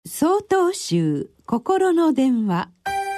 曹洞宗心の電話。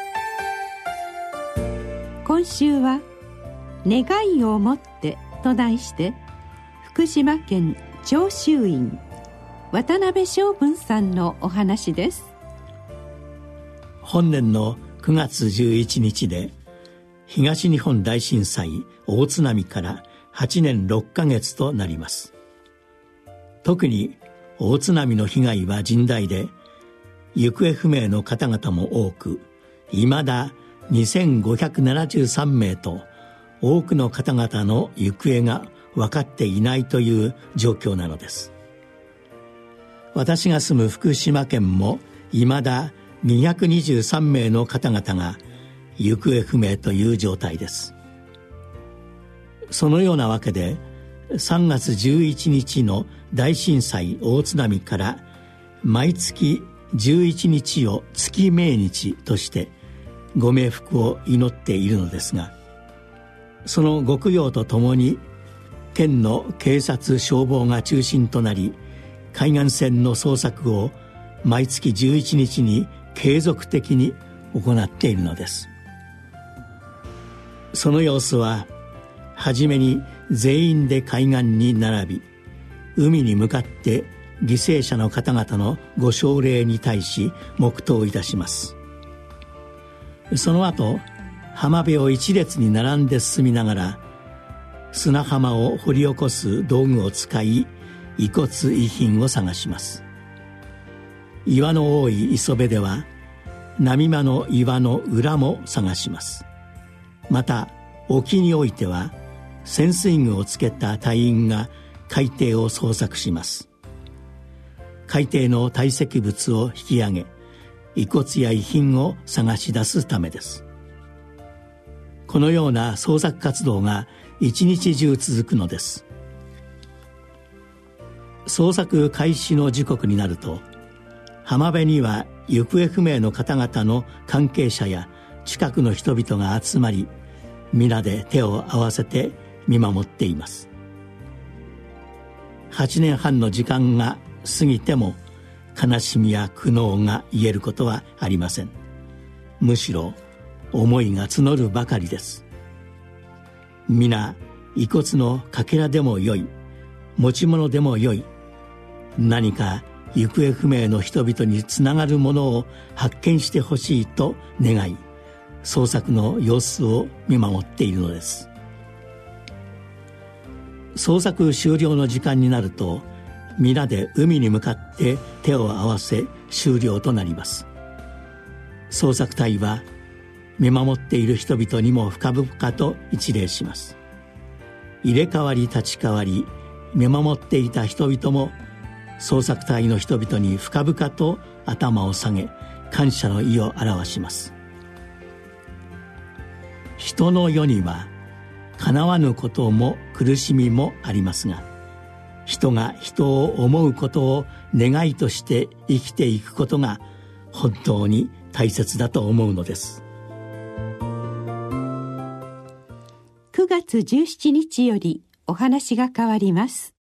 今週は願いをもってと題して、福島県長州院渡辺正文さんのお話です。 本年の9月11日で東日本大震災大津波から8年6ヶ月となります。特に大津波の被害は甚大で、行方不明の方々も多く、いまだ2573名と多くの方々の行方が分かっていないという状況なのです。私が住む福島県もいまだ223名の方々が行方不明という状態です。そのようなわけで、3月11日の大震災大津波から毎月11日を月命日としてご冥福を祈っているのですが、そのご供養とともに県の警察消防が中心となり、海岸線の捜索を毎月11日に継続的に行っているのです。その様子は、はじめに全員で海岸に並び、海に向かって犠牲者の方々のご奨励に対し黙祷いたします。その後、浜辺を一列に並んで進みながら、砂浜を掘り起こす道具を使い、遺骨遺品を探します。岩の多い磯辺では波間の岩の裏も探します。また沖においては潜水具をつけた隊員が海底を捜索します。海底の堆積物を引き上げ、遺骨や遺品を探し出すためです。このような捜索活動が一日中続くのです。捜索開始の時刻になると、浜辺には行方不明の方々の関係者や近くの人々が集まり、皆で手を合わせて見守っています。8年半の時間が過ぎても悲しみや苦悩が癒えることはありません。むしろ思いが募るばかりです。皆遺骨のかけらでもよい、持ち物でもよい、何か行方不明の人々につながるものを発見してほしいと願い、捜索の様子を見守っているのです。捜索終了の時間になると、皆で海に向かって手を合わせ終了となります。捜索隊は見守っている人々にも深々と一礼します。入れ替わり立ち替わり、見守っていた人々も捜索隊の人々に深々と頭を下げ、感謝の意を表します。人の世には叶わぬことも苦しみもありますが、人が人を思うことを願いとして生きていくことが本当に大切だと思うのです。 9月17日よりお話が変わります。